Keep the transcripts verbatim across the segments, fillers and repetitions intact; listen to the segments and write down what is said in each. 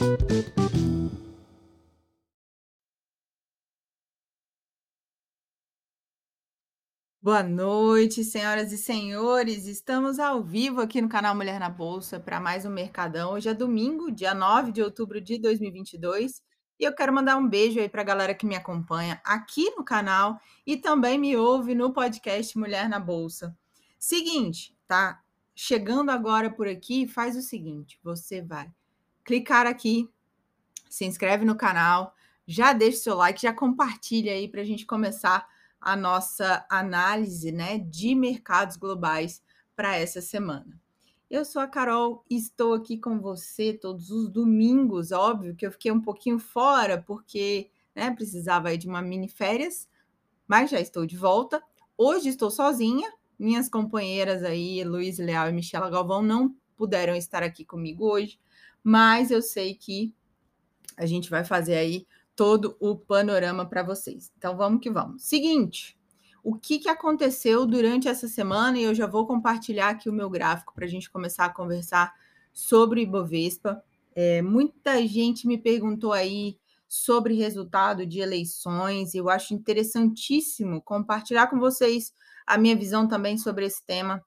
Boa noite, senhoras e senhores. Estamos ao vivo aqui no canal Mulher na Bolsa para mais um Mercadão. Hoje é domingo, dia nove de outubro de dois mil e vinte e dois, e eu quero mandar um beijo aí para a galera que me acompanha aqui no canal e também me ouve no podcast Mulher na Bolsa. Seguinte, tá? Chegando agora por aqui, faz o seguinte: você vai clicar aqui, se inscreve no canal, já deixa o seu like, já compartilha aí para a gente começar a nossa análise, né, de mercados globais para essa semana. Eu sou a Carol e estou aqui com você todos os domingos. Óbvio que eu fiquei um pouquinho fora porque, né, precisava aí de uma mini férias, mas já estou de volta. Hoje estou sozinha. Minhas companheiras aí, Luiz Leal e Michela Galvão, não puderam estar aqui comigo hoje, mas eu sei que a gente vai fazer aí todo o panorama para vocês. Então vamos que vamos. Seguinte, o que, que aconteceu durante essa semana? E eu já vou compartilhar aqui o meu gráfico para a gente começar a conversar sobre o Ibovespa. É, muita gente me perguntou aí sobre resultado de eleições. Eu acho interessantíssimo compartilhar com vocês a minha visão também sobre esse tema,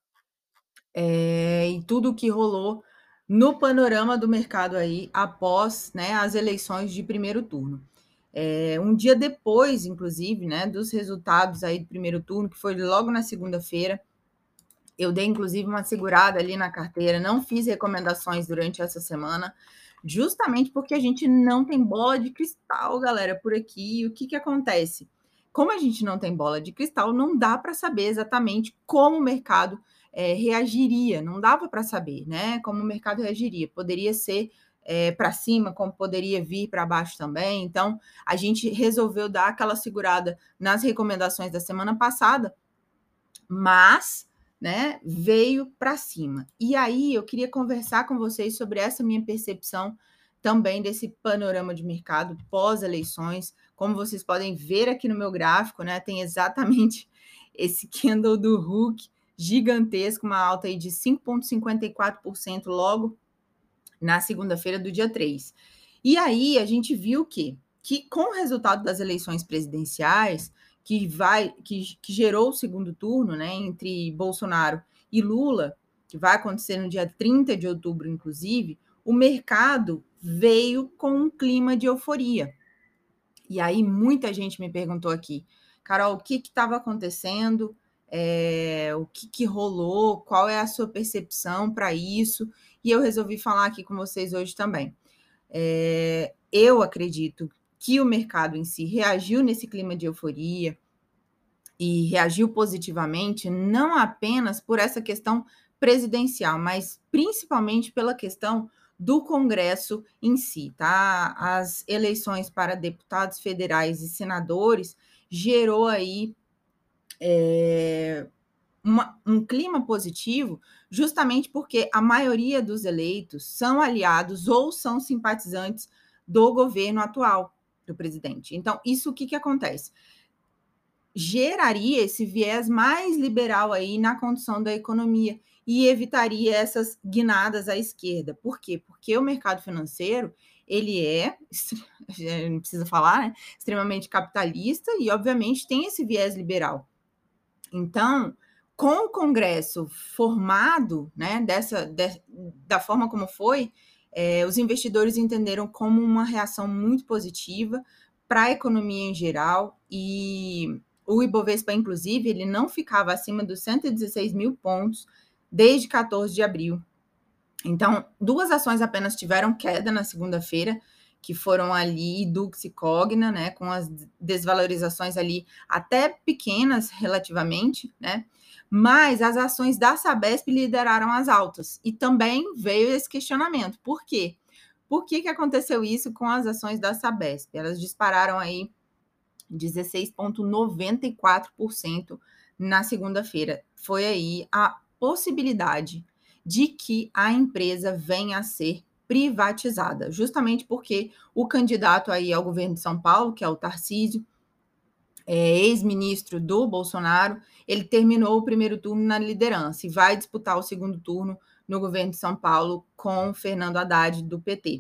é, e tudo o que rolou no panorama do mercado aí após, né, as eleições de primeiro turno. É, um dia depois, inclusive, né, dos resultados aí do primeiro turno, que foi logo na segunda-feira, eu dei, inclusive, uma segurada ali na carteira, não fiz recomendações durante essa semana, justamente porque a gente não tem bola de cristal, galera, por aqui. E o que, que acontece? Como a gente não tem bola de cristal, não dá para saber exatamente como o mercado é, reagiria, não dava para saber, né? Como o mercado reagiria. Poderia ser é, para cima, como poderia vir para baixo também. Então, a gente resolveu dar aquela segurada nas recomendações da semana passada, mas, né, veio para cima. E aí eu queria conversar com vocês sobre essa minha percepção também desse panorama de mercado pós-eleições. Como vocês podem ver aqui no meu gráfico, né, tem exatamente esse candle do Hulk gigantesco, uma alta aí de cinco vírgula cinquenta e quatro por cento logo na segunda-feira do dia três. E aí a gente viu que, que com o resultado das eleições presidenciais, que vai que, que gerou o segundo turno, né, entre Bolsonaro e Lula, que vai acontecer no dia trinta de outubro, inclusive, o mercado veio com um clima de euforia. E aí muita gente me perguntou aqui, Carol, o que estava acontecendo? É, o que, que rolou? Qual é a sua percepção para isso? E eu resolvi falar aqui com vocês hoje também. É, eu acredito que o mercado em si reagiu nesse clima de euforia e reagiu positivamente, não apenas por essa questão presidencial, mas principalmente pela questão do Congresso em si, tá? As eleições para deputados federais e senadores gerou aí é, uma, um clima positivo, justamente porque a maioria dos eleitos são aliados ou são simpatizantes do governo atual do presidente. Então, isso o que, que acontece? Geraria esse viés mais liberal aí na condução da economia e evitaria essas guinadas à esquerda. Por quê? Porque o mercado financeiro, ele é, não precisa falar, né, extremamente capitalista e, obviamente, tem esse viés liberal. Então, com o Congresso formado, né, dessa, de, da forma como foi, é, os investidores entenderam como uma reação muito positiva para a economia em geral, e o Ibovespa, inclusive, ele não ficava acima dos cento e dezesseis mil pontos desde quatorze de abril. Então, duas ações apenas tiveram queda na segunda-feira, que foram ali Dux e Cogna, né, com as desvalorizações ali até pequenas relativamente, né, mas as ações da Sabesp lideraram as altas. E também veio esse questionamento. Por quê? Por que que aconteceu isso com as ações da Sabesp? Elas dispararam aí dezesseis vírgula noventa e quatro por cento na segunda-feira. Foi aí a possibilidade de que a empresa venha a ser privatizada, justamente porque o candidato aí ao governo de São Paulo, que é o Tarcísio, é, ex-ministro do Bolsonaro, ele terminou o primeiro turno na liderança e vai disputar o segundo turno no governo de São Paulo com Fernando Haddad, do P T.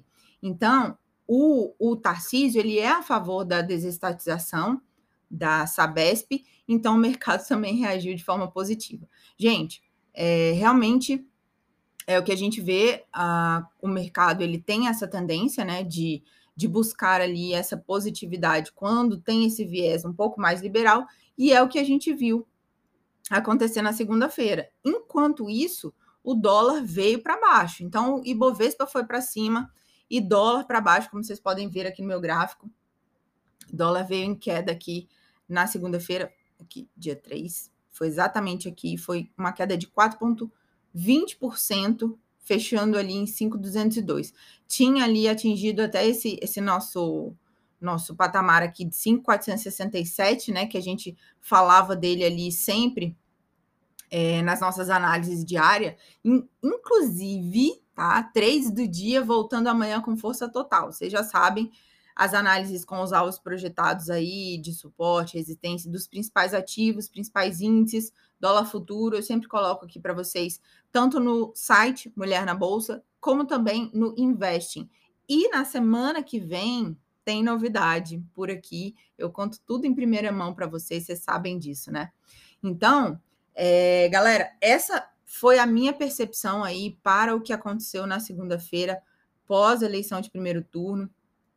Então, o, o Tarcísio, ele é a favor da desestatização da Sabesp, então o mercado também reagiu de forma positiva. Gente, é, realmente é o que a gente vê, a, o mercado ele tem essa tendência, né, de, de buscar ali essa positividade quando tem esse viés um pouco mais liberal, e é o que a gente viu acontecer na segunda-feira. Enquanto isso, o dólar veio para baixo. Então, o Ibovespa foi para cima e dólar para baixo, como vocês podem ver aqui no meu gráfico. Dólar veio em queda aqui na segunda-feira, aqui, dia três, foi exatamente aqui, foi uma queda de quatro vírgula vinte por cento, fechando ali em cinco mil duzentos e dois. Tinha ali atingido até esse, esse nosso nosso patamar aqui de cinco mil quatrocentos e sessenta e sete, né, que a gente falava dele ali sempre é, nas nossas análises diárias, inclusive, tá, três do dia voltando amanhã com força total. Vocês já sabem, as análises com os alvos projetados aí de suporte, resistência dos principais ativos, principais índices, dólar futuro, eu sempre coloco aqui para vocês, tanto no site Mulher na Bolsa, como também no Investing. E na semana que vem tem novidade por aqui, eu conto tudo em primeira mão para vocês, vocês sabem disso, né? Então, é, galera, essa foi a minha percepção aí para o que aconteceu na segunda-feira, pós eleição de primeiro turno.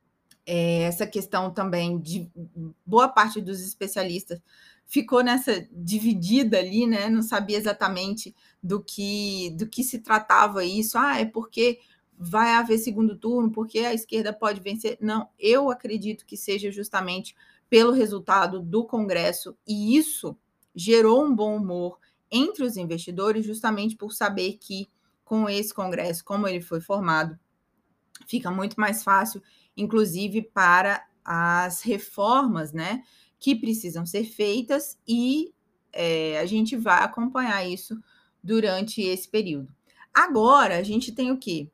É, essa questão também de boa parte dos especialistas ficou nessa dividida ali, né? Não sabia exatamente do que do que se tratava isso. Ah, é porque vai haver segundo turno, porque a esquerda pode vencer. Não, eu acredito que seja justamente pelo resultado do Congresso, e isso gerou um bom humor entre os investidores, justamente por saber que com esse Congresso, como ele foi formado, fica muito mais fácil, inclusive para as reformas, né, que precisam ser feitas, e é, a gente vai acompanhar isso durante esse período. Agora, a gente tem o quê?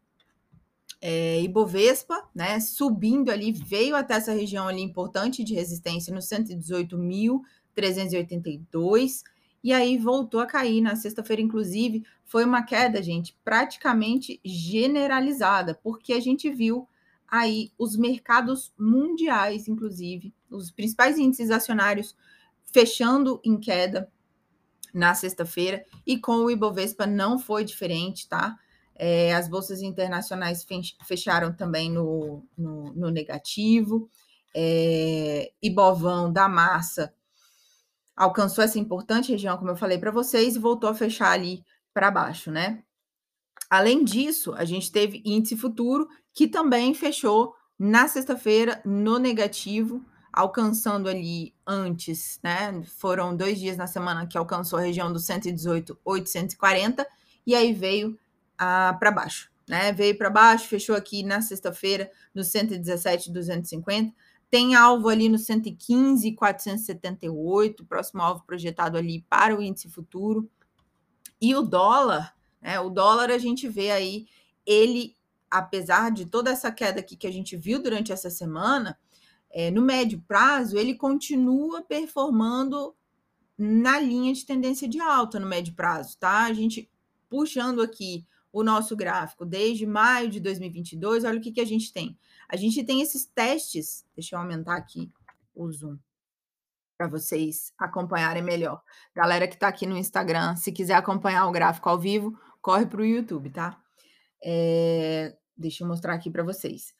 É, Ibovespa, né, subindo ali, veio até essa região ali importante de resistência no cento e dezoito mil trezentos e oitenta e dois, e aí voltou a cair na sexta-feira, inclusive, foi uma queda, gente, praticamente generalizada, porque a gente viu aí os mercados mundiais, inclusive, os principais índices acionários fechando em queda na sexta-feira, e com o Ibovespa não foi diferente, tá? É, as bolsas internacionais fecharam também no, no, no negativo. É, Ibovão da massa alcançou essa importante região, como eu falei para vocês, e voltou a fechar ali para baixo, né? Além disso, a gente teve índice futuro, que também fechou na sexta-feira no negativo, alcançando ali antes, né? Foram dois dias na semana que alcançou a região dos cento e dezoito mil oitocentos e quarenta, e aí veio ah, para baixo, né? Veio para baixo, fechou aqui na sexta-feira no cento e dezessete mil duzentos e cinquenta. Tem alvo ali no cento e quinze mil quatrocentos e setenta e oito, próximo alvo projetado ali para o índice futuro. E o dólar, né? O dólar a gente vê aí, ele, apesar de toda essa queda aqui que a gente viu durante essa semana, é, no médio prazo, ele continua performando na linha de tendência de alta no médio prazo, tá? A gente puxando aqui o nosso gráfico desde maio de dois mil e vinte e dois, olha o que, que a gente tem. A gente tem esses testes, deixa eu aumentar aqui o zoom para vocês acompanharem melhor. Galera que está aqui no Instagram, se quiser acompanhar o gráfico ao vivo, corre para o YouTube, tá? É, deixa eu mostrar aqui para vocês.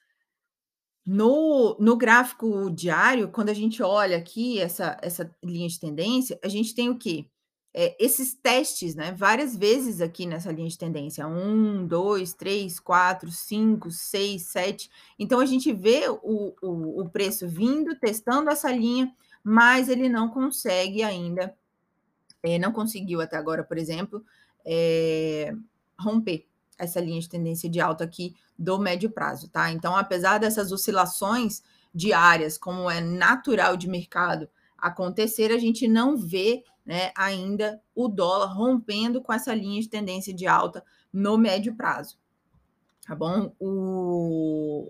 No, no gráfico diário, quando a gente olha aqui essa, essa linha de tendência, a gente tem o quê? É, esses testes, né? Várias vezes aqui nessa linha de tendência. Um, dois, três, quatro, cinco, seis, sete. Então, a gente vê o, o, o preço vindo, testando essa linha, mas ele não consegue ainda, é, não conseguiu até agora, por exemplo, é, romper essa linha de tendência de alta aqui do médio prazo, tá? Então, apesar dessas oscilações diárias, como é natural de mercado acontecer, a gente não vê, né, ainda o dólar rompendo com essa linha de tendência de alta no médio prazo, tá bom? O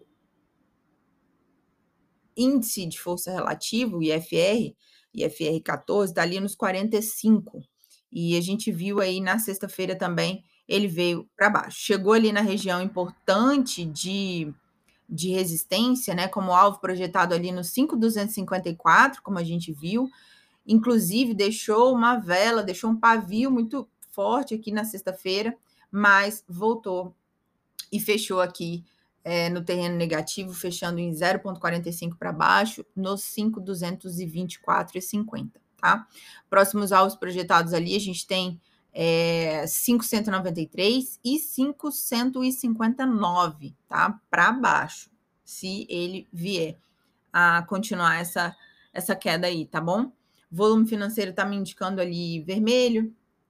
índice de força relativa, o I F R, I F R quatorze, está ali nos quarenta e cinco. E a gente viu aí na sexta-feira também, ele veio para baixo. Chegou ali na região importante de, de resistência, né, como alvo projetado ali no cinco mil duzentos e cinquenta e quatro, como a gente viu, inclusive deixou uma vela, deixou um pavio muito forte aqui na sexta-feira, mas voltou e fechou aqui é, no terreno negativo, fechando em zero vírgula quarenta e cinco para baixo, nos cinco mil duzentos e vinte e quatro vírgula cinquenta, tá? Próximos alvos projetados ali, a gente tem é, cinco mil cento e noventa e três e cinco mil cento e cinquenta e nove, tá? Para baixo, se ele vier a continuar essa, essa queda aí, tá bom? Volume financeiro tá me indicando ali vermelho.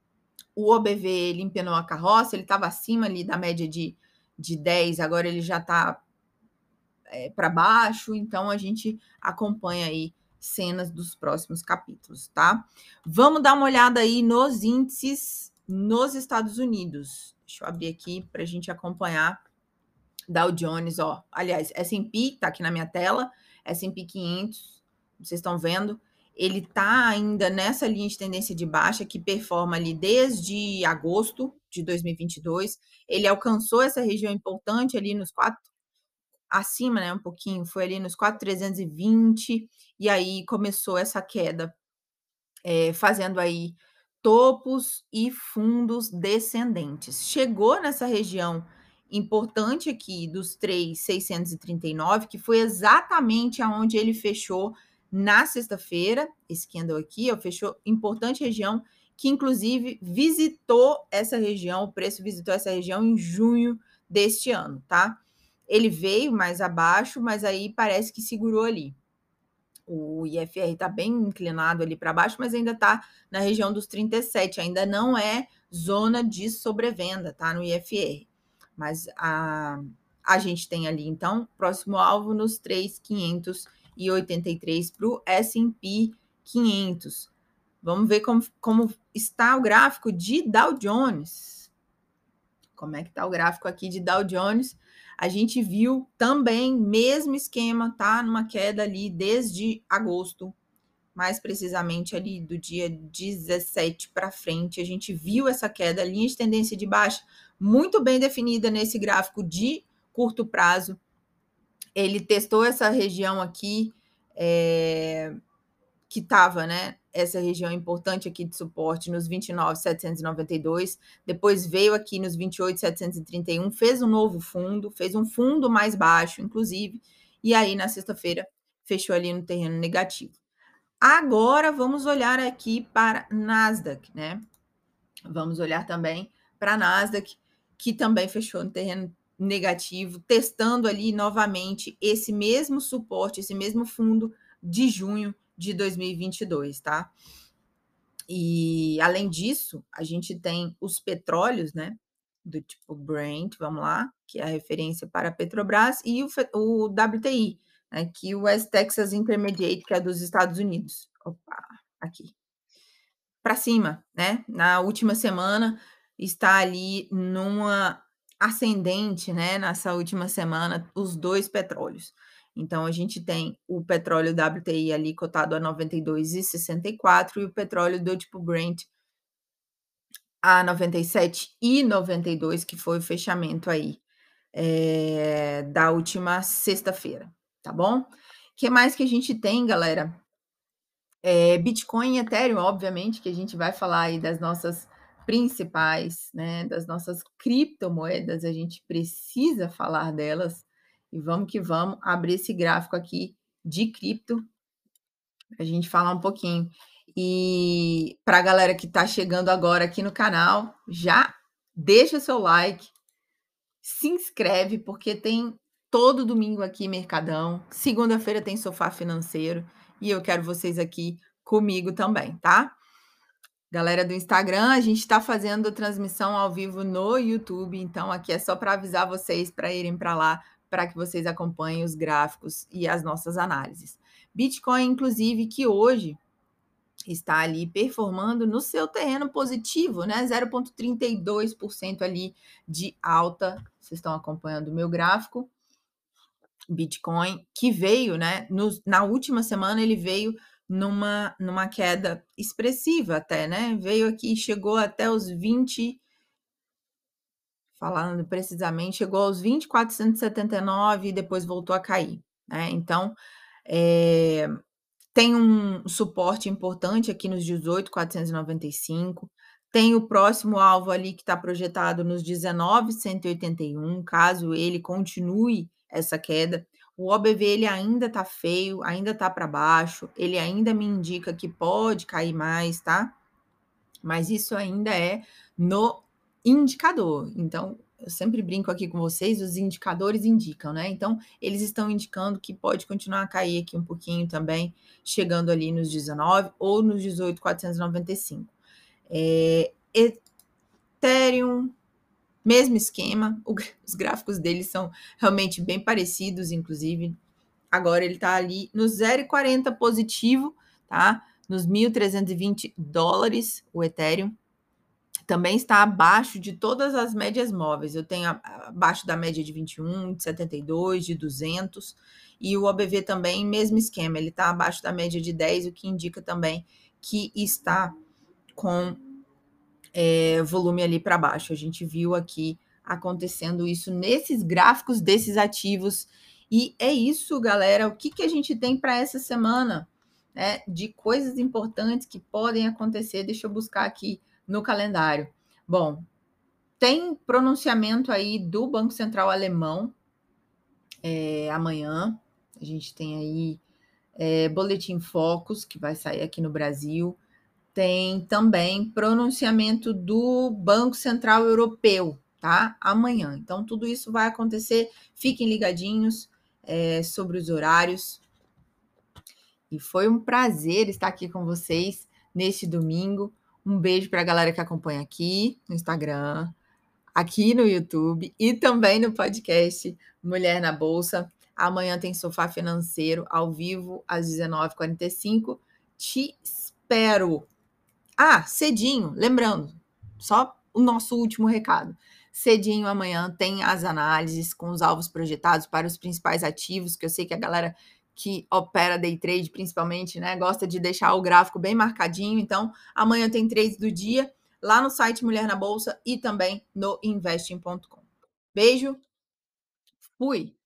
O O B V, ele empenou a carroça, ele estava acima ali da média de, de dez, agora ele já está é, para baixo, então a gente acompanha aí cenas dos próximos capítulos, tá? Vamos dar uma olhada aí nos índices nos Estados Unidos. Deixa eu abrir aqui para a gente acompanhar. Dow Jones, ó, aliás, S and P tá aqui na minha tela, S and P quinhentos, vocês estão vendo, ele tá ainda nessa linha de tendência de baixa que performa ali desde agosto de dois mil e vinte e dois, ele alcançou essa região importante ali nos quatro, acima, né, um pouquinho, foi ali nos quatro mil trezentos e vinte, e aí começou essa queda, é, fazendo aí topos e fundos descendentes. Chegou nessa região importante aqui dos três mil seiscentos e trinta e nove, que foi exatamente aonde ele fechou na sexta-feira. Esse candle aqui, ó, fechou importante região, que inclusive visitou essa região, o preço visitou essa região em junho deste ano, tá? Ele veio mais abaixo, mas aí parece que segurou ali. O I F R está bem inclinado ali para baixo, mas ainda está na região dos trinta e sete, ainda não é zona de sobrevenda, tá? No I F R. Mas a, a gente tem ali, então, próximo alvo nos três mil quinhentos e oitenta e três para o S and P quinhentos. Vamos ver como, como está o gráfico de Dow Jones. Como é que está o gráfico aqui de Dow Jones? A gente viu também, mesmo esquema, tá? Numa queda ali desde agosto, mais precisamente ali do dia dezessete para frente, a gente viu essa queda, linha de tendência de baixa, muito bem definida nesse gráfico de curto prazo. Ele testou essa região aqui, é, que estava, né? Essa região importante aqui de suporte nos vinte e nove mil setecentos e noventa e dois, depois veio aqui nos vinte e oito mil setecentos e trinta e um, fez um novo fundo, fez um fundo mais baixo, inclusive, e aí na sexta-feira fechou ali no terreno negativo. Agora vamos olhar aqui para Nasdaq, né? Vamos olhar também para Nasdaq, que também fechou no terreno negativo, testando ali novamente esse mesmo suporte, esse mesmo fundo de junho de dois mil e vinte e dois, tá? E além disso, a gente tem os petróleos, né? Do tipo Brent, vamos lá, que é a referência para a Petrobras, e o, o W T I, né, que é o West Texas Intermediate, que é dos Estados Unidos. Opa, aqui. Para cima, né? Na última semana está ali numa ascendente, né? Nessa última semana, os dois petróleos. Então, a gente tem o petróleo W T I ali cotado a noventa e dois vírgula sessenta e quatro e o petróleo do tipo Brent a noventa e sete vírgula noventa e dois, que foi o fechamento aí é, da última sexta-feira, tá bom? O que mais que a gente tem, galera? É, Bitcoin e Ethereum, obviamente, que a gente vai falar aí das nossas principais, né, das nossas criptomoedas, a gente precisa falar delas. E vamos que vamos abrir esse gráfico aqui de cripto, para a gente falar um pouquinho. E para a galera que está chegando agora aqui no canal, já deixa seu like, se inscreve, porque tem todo domingo aqui Mercadão, segunda-feira tem Sofá Financeiro, e eu quero vocês aqui comigo também, tá? Galera do Instagram, a gente está fazendo transmissão ao vivo no YouTube, então aqui é só para avisar vocês para irem para lá, para que vocês acompanhem os gráficos e as nossas análises. Bitcoin, inclusive, que hoje está ali performando no seu terreno positivo, né? zero vírgula trinta e dois por cento ali de alta. Vocês estão acompanhando o meu gráfico. Bitcoin, que veio, né? No, na última semana ele veio numa, numa queda expressiva até, né? Veio aqui, chegou até os vinte, falando precisamente, chegou aos vinte quatrocentos e setenta e nove e depois voltou a cair, né. Então, eh, tem um suporte importante aqui nos dezoito quatrocentos e noventa e cinco, tem o próximo alvo ali que está projetado nos dezenove cento e oitenta e um, caso ele continue essa queda. O O B V ele ainda tá feio, ainda tá para baixo, ele ainda me indica que pode cair mais, tá. Mas isso ainda é no indicador, então eu sempre brinco aqui com vocês, os indicadores indicam, né, então eles estão indicando que pode continuar a cair aqui um pouquinho também, chegando ali nos dezenove ou nos dezoito quatrocentos e noventa e cinco. Eh, Ethereum, mesmo esquema, o os gráficos deles são realmente bem parecidos, inclusive, agora ele tá ali no zero vírgula quarenta positivo, tá, nos mil trezentos e vinte dólares o Ethereum. Também está abaixo de todas as médias móveis, eu tenho a abaixo da média de vinte e um, de setenta e dois, de duzentos, e o O B V também mesmo esquema, ele está abaixo da média de dez, o que indica também que está com, eh, volume ali para baixo. A gente viu aqui acontecendo isso nesses gráficos desses ativos. E é isso, galera, o que que a gente tem para essa semana, né, de coisas importantes que podem acontecer. Deixa eu buscar aqui no calendário. Bom, tem pronunciamento aí do Banco Central Alemão, eh, amanhã. A gente tem aí, eh, Boletim Focus, que vai sair aqui no Brasil. Tem também pronunciamento do Banco Central Europeu, tá? Amanhã. Então, tudo isso vai acontecer. Fiquem ligadinhos, eh, sobre os horários. E foi um prazer estar aqui com vocês neste domingo. Um beijo para a galera que acompanha aqui no Instagram, aqui no YouTube e também no podcast Mulher na Bolsa. Amanhã tem Sofá Financeiro ao vivo às dezenove e quarenta e cinco. Te espero. Ah, cedinho, lembrando, só o nosso último recado. Cedinho amanhã tem as análises com os alvos projetados para os principais ativos, que eu sei que a galera que opera day trade, principalmente, né, gosta de deixar o gráfico bem marcadinho. Então, amanhã tem trades do dia lá no site Mulher na Bolsa e também no investing ponto com. Beijo, fui!